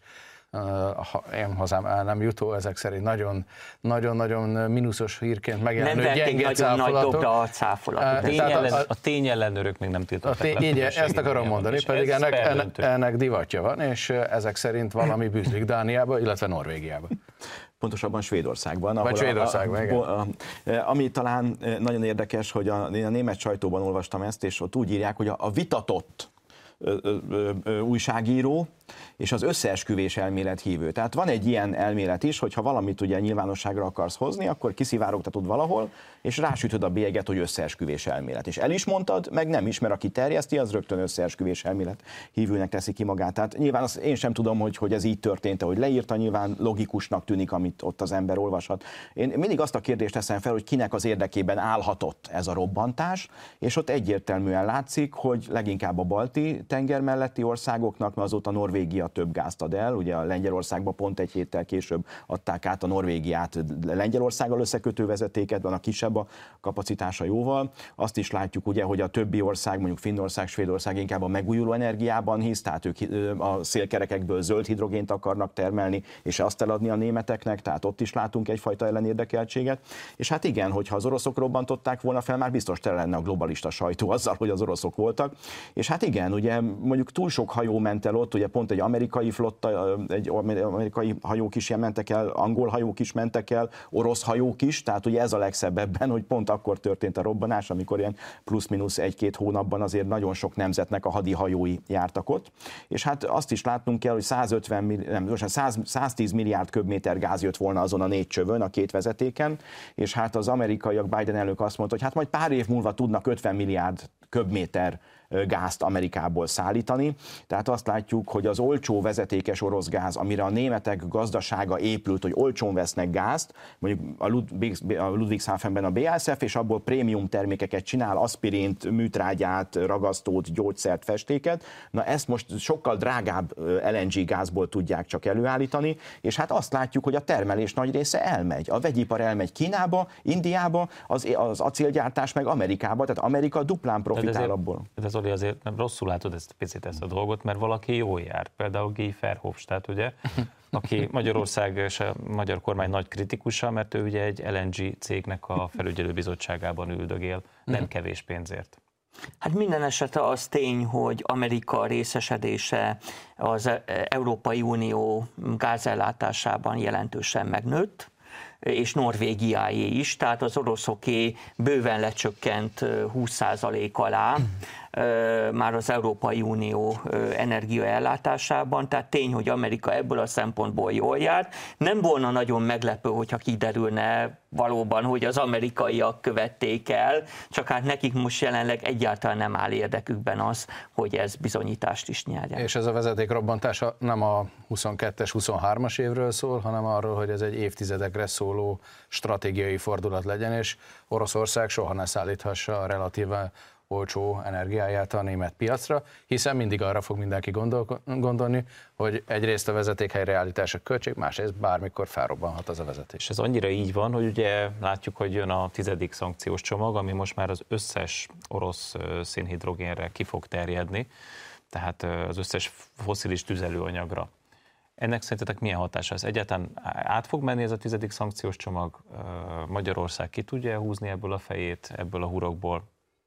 uh, én hazám el nem jutó, ezek szerint nagyon, nagyon-nagyon mínuszos hírként megjelenő gyenge cáfolatok. Nem a cáfolat. Uh, Tényellen, a, a tényellenőrök még nem tiltották tény, le. Ezt akarom mondani, pedig ennek, ennek, ennek divatja van, és ezek szerint valami bűzlik Dániába, illetve Norvégiába. Pontosabban Svédországban. Vagy Svédországban, igen. A, a, a, ami talán nagyon érdekes, hogy a, én a német sajtóban olvastam ezt, és ott úgy írják, hogy a, a vitatott ö, ö, ö, újságíró és az összeesküvés elmélet hívő. Tehát van egy ilyen elmélet is, hogy ha valamit ugye nyilvánosságra akarsz hozni, akkor kiszivárogtatod valahol, és rásütöd a bélyeget, hogy összeesküvés elmélet. És el is mondtad, meg nem is, mert aki terjeszti, az rögtön összeesküvés elmélet hívőnek teszi ki magát. Tehát nyilván azt én sem tudom, hogy, hogy ez így történt, ahogy leírta, nyilván logikusnak tűnik, amit ott az ember olvashat. Én mindig azt a kérdést teszem fel, hogy kinek az érdekében állhatott ez a robbantás, és ott egyértelműen látszik, hogy leginkább a balti tenger melletti országoknak, mert azóta Norvégia több gázt ad el, ugye a Lengyelországban pont egy héttel később adták át a Norvégiát Lengyelországgal összekötő vezetéket, van a kisebb a kapacitása jóval. Azt is látjuk ugye, hogy a többi ország, mondjuk Finnország, Svédország inkább a megújuló energiában hisz, tehát ők a szélkerekekből zöld hidrogént akarnak termelni, és azt eladni a németeknek, tehát ott is látunk egyfajta ellenérdekeltséget. És hát igen, hogyha az oroszok robbantották volna fel, már biztos tele lenne a globalista sajtó azzal, hogy az oroszok voltak. És hát igen, ugye mondjuk túl sok hajó ment el ott, ugye pont egy amerikai flotta, egy amerikai hajók is mentek el, angol hajók is mentek el, orosz hajók is, tehát ugye ez a legszebb ebben, hogy pont akkor történt a robbanás, amikor ilyen plusz-minusz egy-két hónapban azért nagyon sok nemzetnek a hadihajói jártak ott. És hát azt is látnunk kell, hogy százötven, nem, most száz, száztíz milliárd köbméter gáz jött volna azon a négy csövön, a két vezetéken, és hát az amerikaiak, Biden elnök azt mondta, hogy hát majd pár év múlva tudnak ötven milliárd köbméter gázt Amerikából szállítani. Tehát azt látjuk, hogy az olcsó vezetékes orosz gáz, amire a németek gazdasága épült, hogy olcsón vesznek gázt, mondjuk a Ludwigshafenben a bé á es ef, és abból prémium termékeket csinál, aspirint, műtrágyát, ragasztót, gyógyszert, festéket. Na ezt most sokkal drágább el en gé gázból tudják csak előállítani, és hát azt látjuk, hogy a termelés nagy része elmegy. A vegyipar elmegy Kínába, Indiába, az, az acélgyártás meg Amerikába, tehát Amerika duplán profitál abból. De Zoli, azért nem rosszul látod ezt picit ezt a dolgot, mert valaki jól jár. Például Guy Verhofstadt, ugye, aki Magyarország és a magyar kormány nagy kritikusa, mert ő ugye egy el en gé cégnek a felügyelőbizottságában üldögél, nem kevés pénzért. Hát minden esetre az tény, hogy Amerika részesedése az Európai Unió gázellátásában jelentősen megnőtt, és Norvégiáé is, tehát az oroszoké bőven lecsökkent húsz százalék alá már az Európai Unió energiaellátásában, tehát tény, hogy Amerika ebből a szempontból jól jár. Nem volna nagyon meglepő, hogyha kiderülne valóban, hogy az amerikaiak követték el, csak hát nekik most jelenleg egyáltalán nem áll érdekükben az, hogy ez bizonyítást is nyerjen. És ez a vezeték robbantása nem a huszonkettes huszonhármas évről szól, hanem arról, hogy ez egy évtizedekre szóló stratégiai fordulat legyen, és Oroszország soha ne szállíthassa a relatíve olcsó energiáját a német piacra, hiszen mindig arra fog mindenki gondol, gondolni, hogy egyrészt a vezeték helyreállítása költség, másrészt bármikor felrobbanhat az a vezeték. És ez annyira így van, hogy ugye látjuk, hogy jön a tizedik szankciós csomag, ami most már az összes orosz szénhidrogénre ki fog terjedni, tehát az összes fosszilis tüzelőanyagra. Ennek szerintetek milyen hatása ez? Egyáltalán át fog menni ez a tizedik szankciós csomag? Magyarország ki tudja húzni ebből a fejét, ebből a hurokból?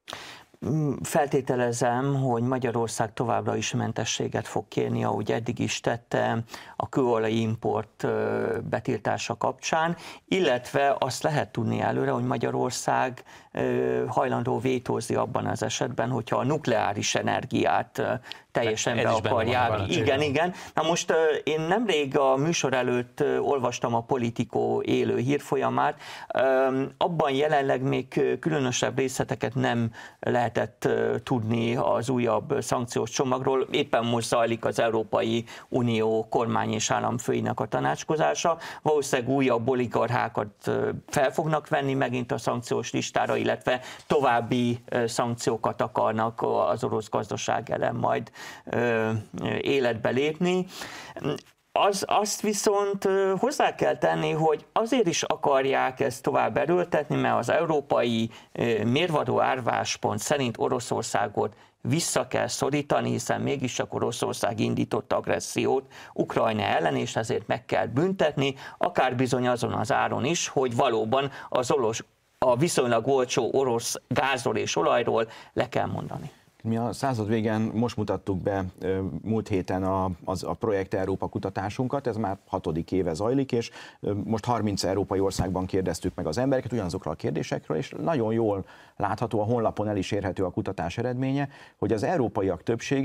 Feltételezem, hogy Magyarország továbbra is mentességet fog kérni, ahogy eddig is tette a kőolaj import betiltása kapcsán, illetve azt lehet tudni előre, hogy Magyarország hajlandó vétózni abban az esetben, hogyha a nukleáris energiát teljesen be akarják. Igen, igen. Na most én nemrég a műsor előtt olvastam a Politico élő hírfolyamát, abban jelenleg még különösebb részleteket nem lehetett tudni az újabb szankciós csomagról. Éppen most zajlik az Európai Unió kormány és államfőinek a tanácskozása. Valószínűleg újabb oligarchákat fel fognak venni megint a szankciós listára, illetve további szankciókat akarnak az orosz gazdaság ellen majd életbe lépni. Az, azt viszont hozzá kell tenni, hogy azért is akarják ezt tovább erőltetni, mert az európai mérvadó árváspont szerint Oroszországot vissza kell szorítani, hiszen mégiscsak Oroszország indított agressziót Ukrajna ellen, és ezért meg kell büntetni, akár bizony azon az áron is, hogy valóban az orosz, a viszonylag olcsó orosz gázról és olajról le kell mondani. Mi a század végén most mutattuk be múlt héten a, az, a Projekt Európa kutatásunkat, ez már hatodik éve zajlik, és most harminc európai országban kérdeztük meg az embereket ugyanazokról a kérdésekről, és nagyon jól látható, a honlapon el is érhető a kutatás eredménye, hogy az európaiak többsége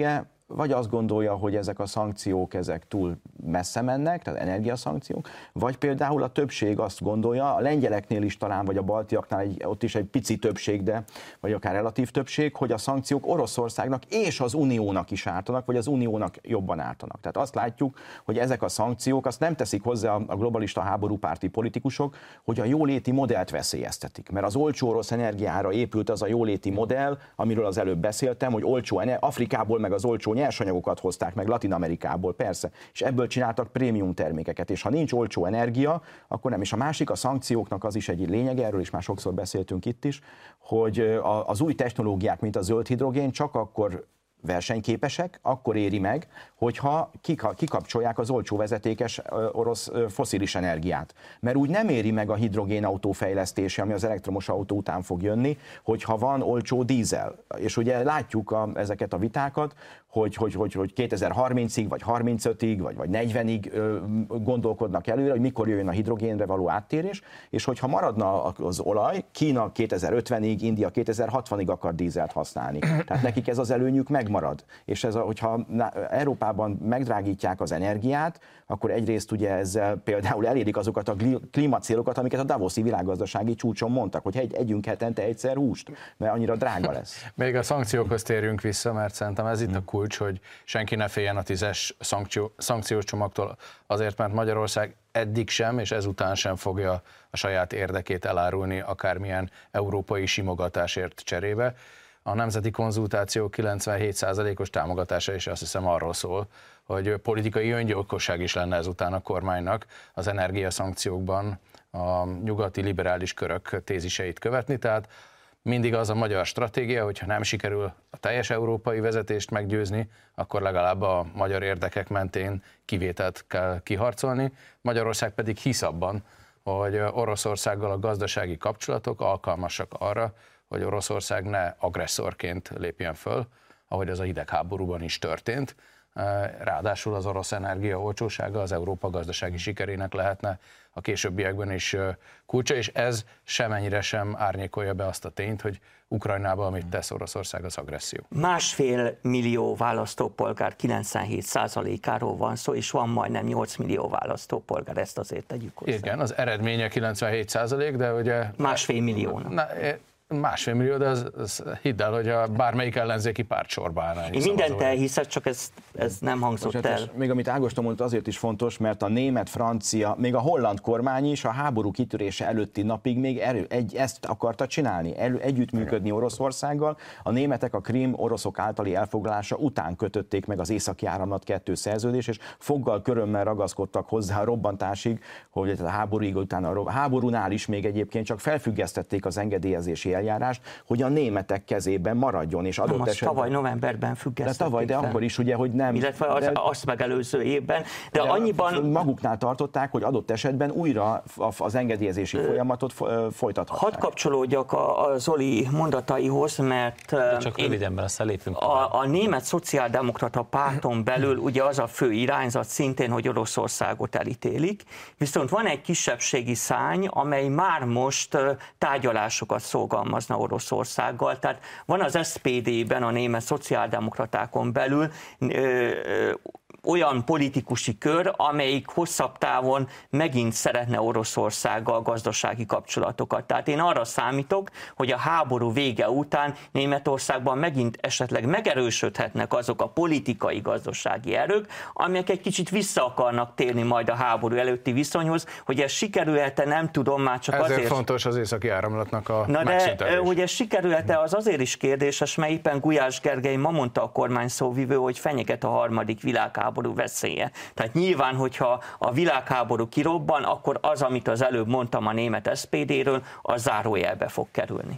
vagy azt gondolja, hogy ezek a szankciók ezek túl messze mennek, tehát energiaszankciók, vagy például a többség azt gondolja, a lengyeleknél is talán, vagy a baltiaknál egy, ott is egy pici többség, de vagy akár relatív többség, hogy a szankciók Oroszországnak és az Uniónak is ártanak, vagy az Uniónak jobban ártanak. Tehát azt látjuk, hogy ezek a szankciók azt nem teszik hozzá a globalista háborúpárti politikusok, hogy a jóléti modellt veszélyeztetik. Mert az olcsó orosz energiára épült az a jóléti modell, amiről az előbb beszéltem, hogy olcsó ener- Afrikából meg az olcsó nyersanyagokat hozták meg, Latin Amerikából persze, és ebből csináltak prémium termékeket, és ha nincs olcsó energia, akkor nem. És a másik, a szankcióknak az is egy lényeg, erről is már sokszor beszéltünk itt is, hogy az új technológiák, mint a zöld hidrogén csak akkor versenyképesek, akkor éri meg, hogyha kikapcsolják az olcsó vezetékes orosz fosszilis energiát. Mert úgy nem éri meg a hidrogénautó fejlesztése, ami az elektromos autó után fog jönni, hogyha van olcsó dízel. És ugye látjuk a, ezeket a vitákat, hogy, hogy, hogy, hogy kétezer-harmincig, vagy harmincötig, vagy, vagy negyvenig gondolkodnak előre, hogy mikor jöjjön a hidrogénre való áttérés, és hogyha maradna az olaj, Kína kétezer-ötvenig, India kétezer-hatvanig akar dízelt használni. Tehát nekik ez az előnyük megmarad. És ez, hogyha Európában megdrágítják az energiát, akkor egyrészt ugye ezzel például elérik azokat a klímacélokat, amiket a Davoszi világgazdasági csúcson mondtak, hogy egy, együnk hetente egyszer húst, mert annyira drága lesz. Még a szankciókhoz térjünk vissza, mert szerintem ez itt a kulcs, hogy senki ne féljen a tízes szankció, szankciós csomagtól, azért, mert Magyarország eddig sem, és ezután sem fogja a saját érdekét elárulni akármilyen európai simogatásért cserébe. A nemzeti konzultáció kilencvenhét százalékos támogatása is azt hiszem arról szól, hogy politikai öngyilkosság is lenne ezután a kormánynak az energiaszankciókban a nyugati liberális körök téziseit követni, tehát mindig az a magyar stratégia, hogyha nem sikerül a teljes európai vezetést meggyőzni, akkor legalább a magyar érdekek mentén kivételt kell kiharcolni. Magyarország pedig hisz abban, hogy Oroszországgal a gazdasági kapcsolatok alkalmasak arra, hogy Oroszország ne agresszorként lépjen föl, ahogy ez a hidegháborúban is történt. Ráadásul az orosz energia olcsósága az Európa gazdasági sikerének lehetne a későbbiekben is kulcsa, és ez semennyire sem árnyékolja be azt a tényt, hogy Ukrajnában, amit tesz Oroszország, az agresszió. Másfél millió választópolgár kilencvenhét százalékáról van szó, és van majdnem nyolc millió választópolgár, ezt azért tegyük hozzá. Igen, az eredménye kilencvenhét százalék, de ugye... Másfél milliónak. Na, másfél millió, de ez, ez hidd el, hogy a bármelyik ellenzéki párt sorba állna. Én mindent elhiszek, csak ez, ez nem hangzott Most, el. Még amit Ágoston mondott, azért is fontos, mert a német, francia, még a holland kormány is a háború kitörése előtti napig még erő, egy, ezt akarta csinálni, elő, együttműködni Oroszországgal. A németek a Krím oroszok általi elfoglalása után kötötték meg az Északi Áramlat kettő szerződést, és foggal körömmel ragaszkodtak hozzá a robbantásig, hogy a háborúig után a háborúnál is még egyébként csak felfüggesztették az engedélyezési eljárást, hogy a németek kezében maradjon, és adott nem, esetben... tavaly novemberben függesztették. De tavaly, de fel. akkor is ugye, hogy nem... Illetve az, de, azt megelőző évben, de, de annyiban... Maguknál tartották, hogy adott esetben újra az engedélyezési folyamatot folytathatják. Hadd kapcsolódjak a, a Zoli mondataihoz, mert... De csak röviden, mert aztán lépünk a, a német szociáldemokrata párton belül ugye az a fő irányzat szintén, hogy Oroszországot elítélik, viszont van egy kisebbségi szárny, amely már most tárgyalásokat szorgalmazna Oroszországgal. Tehát van az es pé dé-ben, a német szociáldemokratákon belül ö, ö, olyan politikusi kör, amelyik hosszabb távon megint szeretne Oroszországgal gazdasági kapcsolatokat. Tehát én arra számítok, hogy a háború vége után Németországban megint esetleg megerősödhetnek azok a politikai gazdasági erők, amelyek egy kicsit vissza akarnak térni majd a háború előtti viszonyhoz, hogy ez sikerülhet-e, nem tudom, már csak Ezért azért... fontos az északi áramlatnak a Na megszüntetés. de, hogy ez sikerülhet-e, az azért is kérdéses, mert éppen Gulyás Gergely ma mondta a kormány szóvivő, hogy fenyeget a harmadik világháború veszélye. Tehát nyilván, hogyha a világháború kirobban, akkor az, amit az előbb mondtam a német es pé dé-ről, az zárójelbe fog kerülni.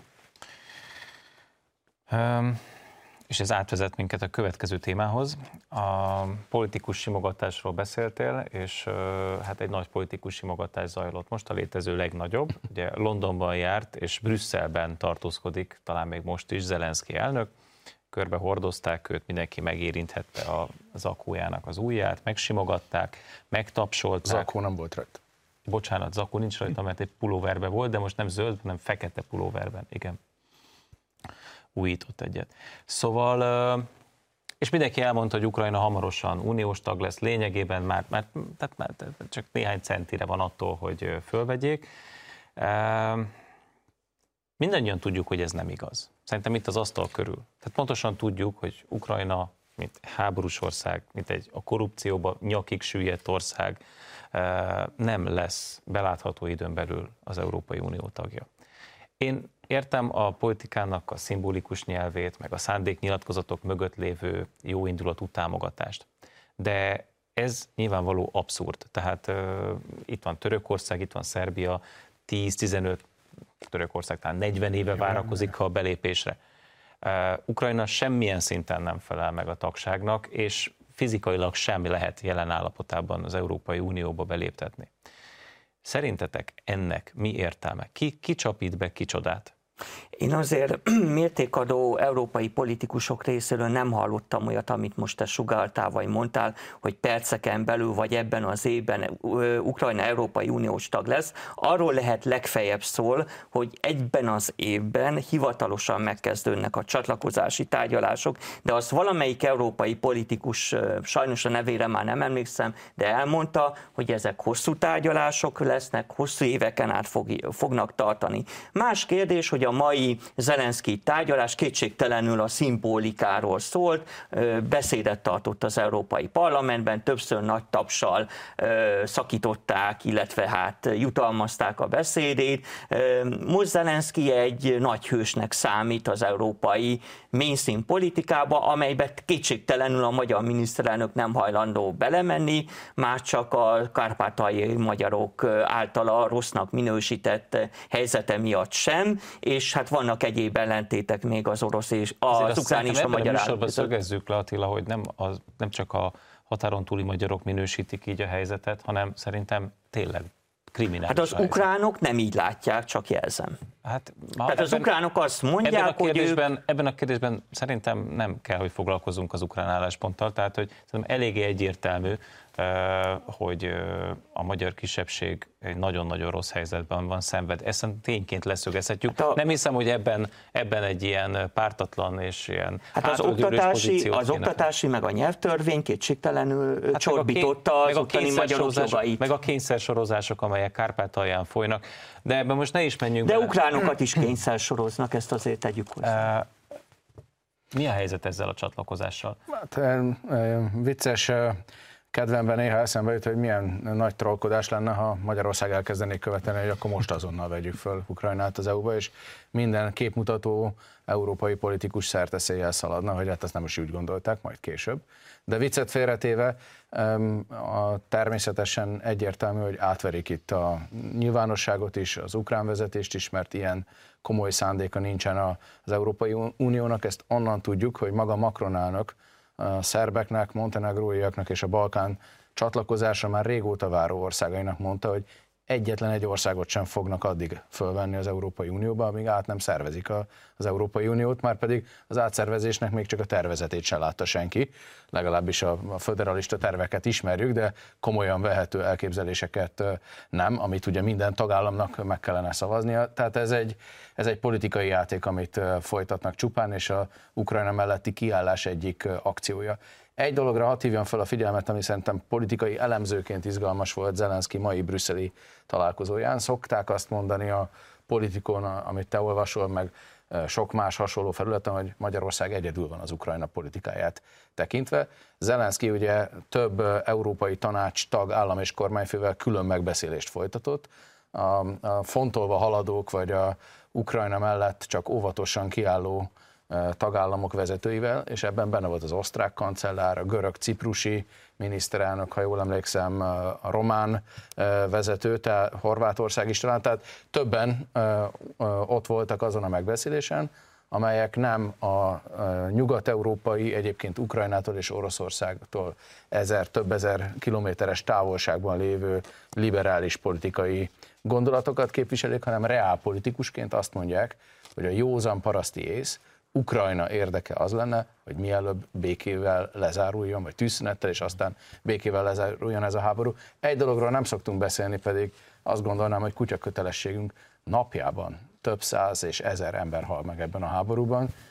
Um, és ez átvezet minket a következő témához. A politikus simogatásról beszéltél, és uh, hát egy nagy politikus simogatás zajlott most, a létező legnagyobb. Ugye Londonban járt, és Brüsszelben tartózkodik, talán még most is Zelenszky elnök. Körbe hordozták őt, mindenki megérinthette a zakójának az ujját, megsimogatták, megtapsolták. Zakó nem volt rajta. Bocsánat, zakó nincs rajta, mert egy pulóverben volt, de most nem zöld, hanem fekete pulóverben, igen. Újított egyet. Szóval És mindenki elmondta, hogy Ukrajna hamarosan uniós tag lesz, lényegében már, már, tehát már csak néhány centire van attól, hogy fölvegyék. Mindannyian tudjuk, hogy ez nem igaz. Szerintem itt az asztal körül. Tehát pontosan tudjuk, hogy Ukrajna, mint háborús ország, mint egy a korrupcióba nyakig süllyedt ország, nem lesz belátható időn belül az Európai Unió tagja. Én értem a politikának a szimbolikus nyelvét, meg a szándéknyilatkozatok mögött lévő jóindulatú támogatást. De ez nyilvánvaló abszurd. Tehát uh, itt van Törökország, itt van Szerbia, tíz-tizenöt, Törökország talán negyven éve várakozik a belépésre. Uh, Ukrajna semmilyen szinten nem felel meg a tagságnak, és fizikailag sem lehet jelen állapotában az Európai Unióba beléptetni. Szerintetek ennek mi értelme? Ki, ki csapít be kicsodát? Én azért mértékadó európai politikusok részéről nem hallottam olyat, amit most te sugalltál vagy mondtál, hogy perceken belül vagy ebben az évben Ukrajna Európai Uniós tag lesz. Arról lehet legfeljebb szól, hogy egyben az évben hivatalosan megkezdődnek a csatlakozási tárgyalások, de azt valamelyik európai politikus, sajnos a nevére már nem emlékszem, de elmondta, hogy ezek hosszú tárgyalások lesznek, hosszú éveken át fog, fognak tartani. Más kérdés, hogy a mai Zelenszky tárgyalás kétségtelenül a szimbolikáról szólt, beszédet tartott az Európai Parlamentben, többször nagy tapssal szakították, illetve hát jutalmazták a beszédét. Most Zelenszky egy nagy hősnek számít az európai mainstream politikába, amelybe kétségtelenül a magyar miniszterelnök nem hajlandó belemenni, már csak a kárpátaljai magyarok általa rossznak minősített helyzete miatt sem, és hát vannak egyéb ellentétek még az orosz és az ukrán és a magyar állam között. Szögezzük le, Attila, hogy nem, az, nem csak a határon túli magyarok minősítik így a helyzetet, hanem szerintem tényleg kriminális. Hát az ukránok nem így látják, csak jelzem. Hát, Tehát ebben, az ukránok azt mondják, ebben a kérdésben, hogy ők... Ebben a kérdésben szerintem nem kell, hogy foglalkozunk az ukrán állásponttal, tehát hogy szerintem eléggé egyértelmű, hogy a magyar kisebbség egy nagyon-nagyon rossz helyzetben van, szenved. Ezt tényként leszögezhetjük. Hát a... Nem hiszem, hogy ebben, ebben egy ilyen pártatlan és ilyen hát az oktatási, az oktatási meg a nyelvtörvény kétségtelenül hát csorbította az ottani magyarok jogait. Meg a kényszersorozások, amelyek Kárpátalján folynak. De ebben most ne is menjünk De bele. Ukránokat is kényszersoroznak, ezt azért tegyük hozzá. Mi a helyzet ezzel a csatlakozással? Hát vicces kedvemben néha eszembe jut, hogy milyen nagy trollkodás lenne, ha Magyarország elkezdenék követelni, hogy akkor most azonnal vegyük föl Ukrajnát az é u-ba, és minden képmutató európai politikus szerteszélyel szaladna, hogy hát ezt nem is úgy gondolták, majd később. De viccet félretéve a természetesen egyértelmű, hogy átverik itt a nyilvánosságot is, az ukrán vezetést is, mert ilyen komoly szándéka nincsen az Európai Uniónak. Ezt onnan tudjuk, hogy maga Macron elnök a szerbeknek, montenegróiaknak és a Balkán csatlakozásra már régóta váró országainak mondta, hogy egyetlen egy országot sem fognak addig fölvenni az Európai Unióba, amíg át nem szervezik a, az Európai Uniót, már pedig az átszervezésnek még csak a tervezetét sem látta senki, legalábbis a, a föderalista terveket ismerjük, de komolyan vehető elképzeléseket nem, amit ugye minden tagállamnak meg kellene szavaznia. Tehát ez egy, ez egy politikai játék, amit folytatnak csupán, és a Ukrajna melletti kiállás egyik akciója. Egy dologra hadd hívjam fel a figyelmet, ami szerintem politikai elemzőként izgalmas volt Zelenszky mai brüsszeli találkozóján. Szokták azt mondani a Politikon, amit te olvasol, meg sok más hasonló felületen, hogy Magyarország egyedül van az Ukrajna politikáját tekintve. Zelenszky ugye több európai tanács tag, állam és kormányfővel külön megbeszélést folytatott. A, a fontolva haladók, vagy a Ukrajna mellett csak óvatosan kiálló tagállamok vezetőivel, és ebben benne volt az osztrák kancellár, a görög-ciprusi miniszterelnök, ha jól emlékszem, a román vezető, tehát Horvátország is talán, tehát többen ott voltak azon a megbeszélésen, amelyek nem a nyugat-európai, egyébként Ukrajnától és Oroszországtól ezer, több ezer kilométeres távolságban lévő liberális politikai gondolatokat képviselik, hanem reálpolitikusként azt mondják, hogy a józan paraszti ész, Ukrajna érdeke az lenne, hogy mielőbb békével lezáruljon, vagy tűzszünettel, és aztán békével lezáruljon ez a háború. Egy dologról nem szoktunk beszélni, pedig azt gondolnám, hogy kutyakötelességünk napjában több száz és ezer ember hal meg ebben a háborúban.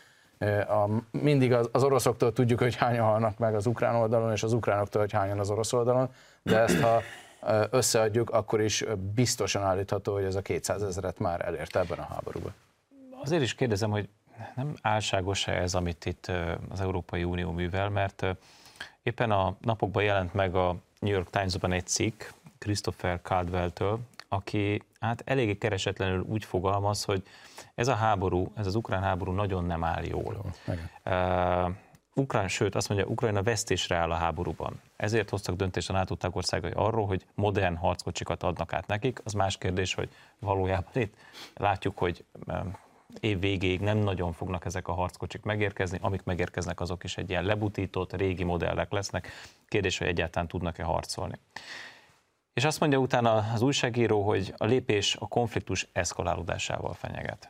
A, mindig az, az oroszoktól tudjuk, hogy hányan halnak meg az ukrán oldalon, és az ukránoktól, hogy hányan az orosz oldalon, de ezt ha összeadjuk, akkor is biztosan állítható, hogy ez a kétszázezret már elérte ebben a háborúban. Azért is kérdezem, hogy nem álságos-e ez, amit itt az Európai Unió művel, mert éppen a napokban jelent meg a New York Times-ban egy cikk Christopher Caldwell-től, aki hát eléggé keresetlenül úgy fogalmaz, hogy ez a háború, ez az ukrán háború nagyon nem áll jól. Uh, Ukrán, sőt azt mondja, Ukrajna vesztésre áll a háborúban. Ezért hoztak döntést a NATO tagországai arról, hogy modern harckocsikat adnak át nekik. Az más kérdés, hogy valójában itt látjuk, hogy év végéig nem nagyon fognak ezek a harckocsik megérkezni, amik megérkeznek, azok is egy ilyen lebutított, régi modellek lesznek. Kérdés, hogy egyáltalán tudnak-e harcolni. És azt mondja utána az újságíró, hogy a lépés a konfliktus eszkalálódásával fenyeget.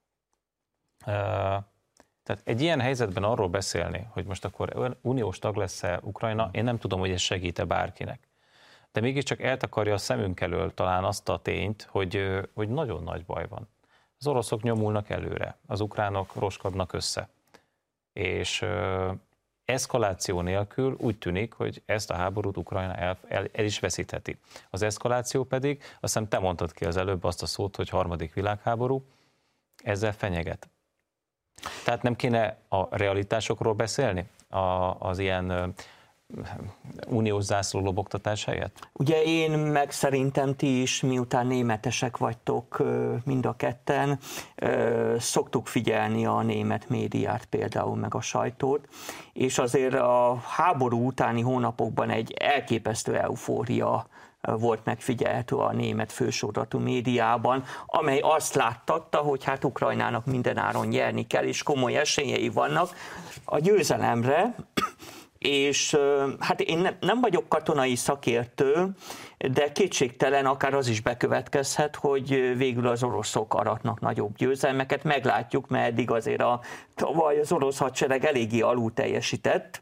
Tehát egy ilyen helyzetben arról beszélni, hogy most akkor uniós tag lesz-e Ukrajna, én nem tudom, hogy ez segít-e bárkinek. De mégiscsak eltakarja a szemünk elől talán azt a tényt, hogy, hogy nagyon nagy baj van. Az oroszok nyomulnak előre, az ukránok roskadnak össze. És eszkaláció nélkül úgy tűnik, hogy ezt a háborút Ukrajna el, el, el is veszítheti. Az eszkaláció pedig, azt hiszem te mondtad ki az előbb azt a szót, hogy harmadik világháború, ezzel fenyeget. Tehát nem kéne a realitásokról beszélni a, az ilyen uniós zászló lobogtatás helyett? Ugye én meg szerintem ti is, miután németesek vagytok mind a ketten, szoktuk figyelni a német médiát például, meg a sajtót, és azért a háború utáni hónapokban egy elképesztő eufória volt megfigyelhető a német fősodratú médiában, amely azt láttatta, hogy hát Ukrajnának mindenáron nyerni kell, és komoly esélyei vannak a győzelemre, és hát én nem vagyok katonai szakértő, de kétségtelen akár az is bekövetkezhet, hogy végül az oroszok aratnak nagyobb győzelmeket. Meglátjuk, mert eddig azért a, tavaly az orosz hadsereg eléggé alul teljesített.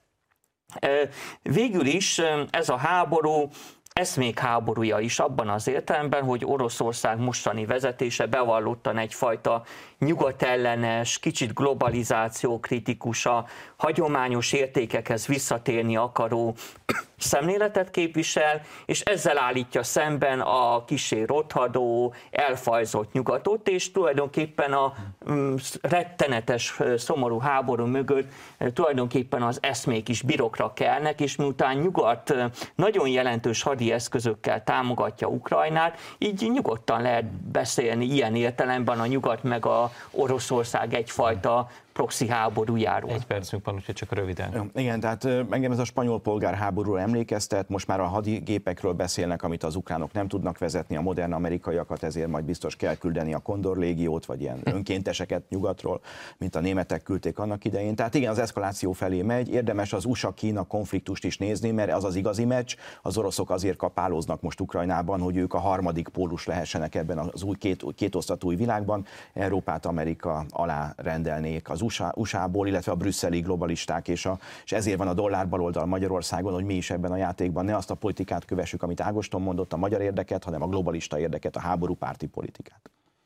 Végül is ez a háború eszmék háborúja is abban az értelemben, hogy Oroszország mostani vezetése bevallottan egyfajta nyugatellenes, kicsit globalizáció kritikusa, hagyományos értékekhez visszatérni akaró szemléletet képvisel, és ezzel állítja szemben a kissé rothadó, elfajzott nyugatot, és tulajdonképpen a rettenetes, szomorú háború mögött tulajdonképpen az eszmék is birokra kelnek, és miután nyugat nagyon jelentős hadi eszközökkel támogatja Ukrajnát, így nyugodtan lehet beszélni ilyen értelemben a nyugat meg a Oroszország egyfajta proxy háborújáról. Egy percünk van, úgyhogy csak röviden. Igen, tehát engem ez a spanyol polgárháborúra emlékeztet, most már a hadigépekről beszélnek, amit az ukránok nem tudnak vezetni, a modern amerikaiakat, ezért majd biztos kell küldeni a Kondor légiót, vagy ilyen önkénteseket nyugatról, mint a németek küldték annak idején. Tehát igen, az eszkaláció felé megy, érdemes az u es á-Kína konfliktust is nézni, mert az az igazi meccs, az oroszok azért kapálóznak most Ukrajnában, hogy ők a harmadik pólus lehessenek ebben az új két, kétosztatú új világban, Európát, Amerika alá rendelnék az u es á-ból, illetve a brüsszeli globalisták, és, a, és ezért van a dollár baloldal Magyarországon, hogy mi is ebben a játékban ne azt a politikát kövessük, amit Ágoston mondott, a magyar érdeket, hanem a globalista érdeket, a háborúpárti politikát.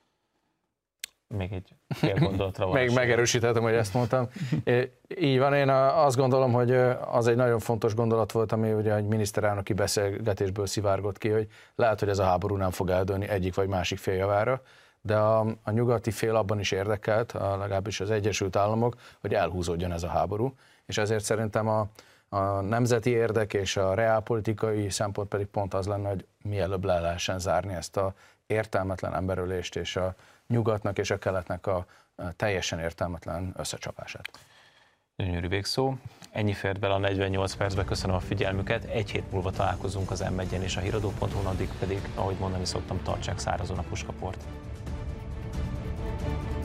Még egy fél gondolatra van. Még megerősítettem, hogy ezt mondtam. Így van, én azt gondolom, hogy az egy nagyon fontos gondolat volt, ami ugye egy miniszterelnöki beszélgetésből szivárgott ki, hogy lehet, hogy ez a háború nem fog eldőlni egyik vagy másik fél javára, de a, a nyugati fél abban is érdekelt, a, legalábbis az Egyesült Államok, hogy elhúzódjon ez a háború, és ezért szerintem a, a nemzeti érdek és a reálpolitikai szempont pedig pont az lenne, hogy mielőbb le lehessen zárni ezt a értelmetlen emberölést és a nyugatnak és a keletnek a, a teljesen értelmetlen összecsapását. Gyönyörű végszó. Ennyi fért bele a negyvennyolc percbe, köszönöm a figyelmüket. Egy hét múlva találkozunk az em egyen és a híradó pont hu, addig pedig, ahogy mondani szoktam, tartsák szárazon a puskaport.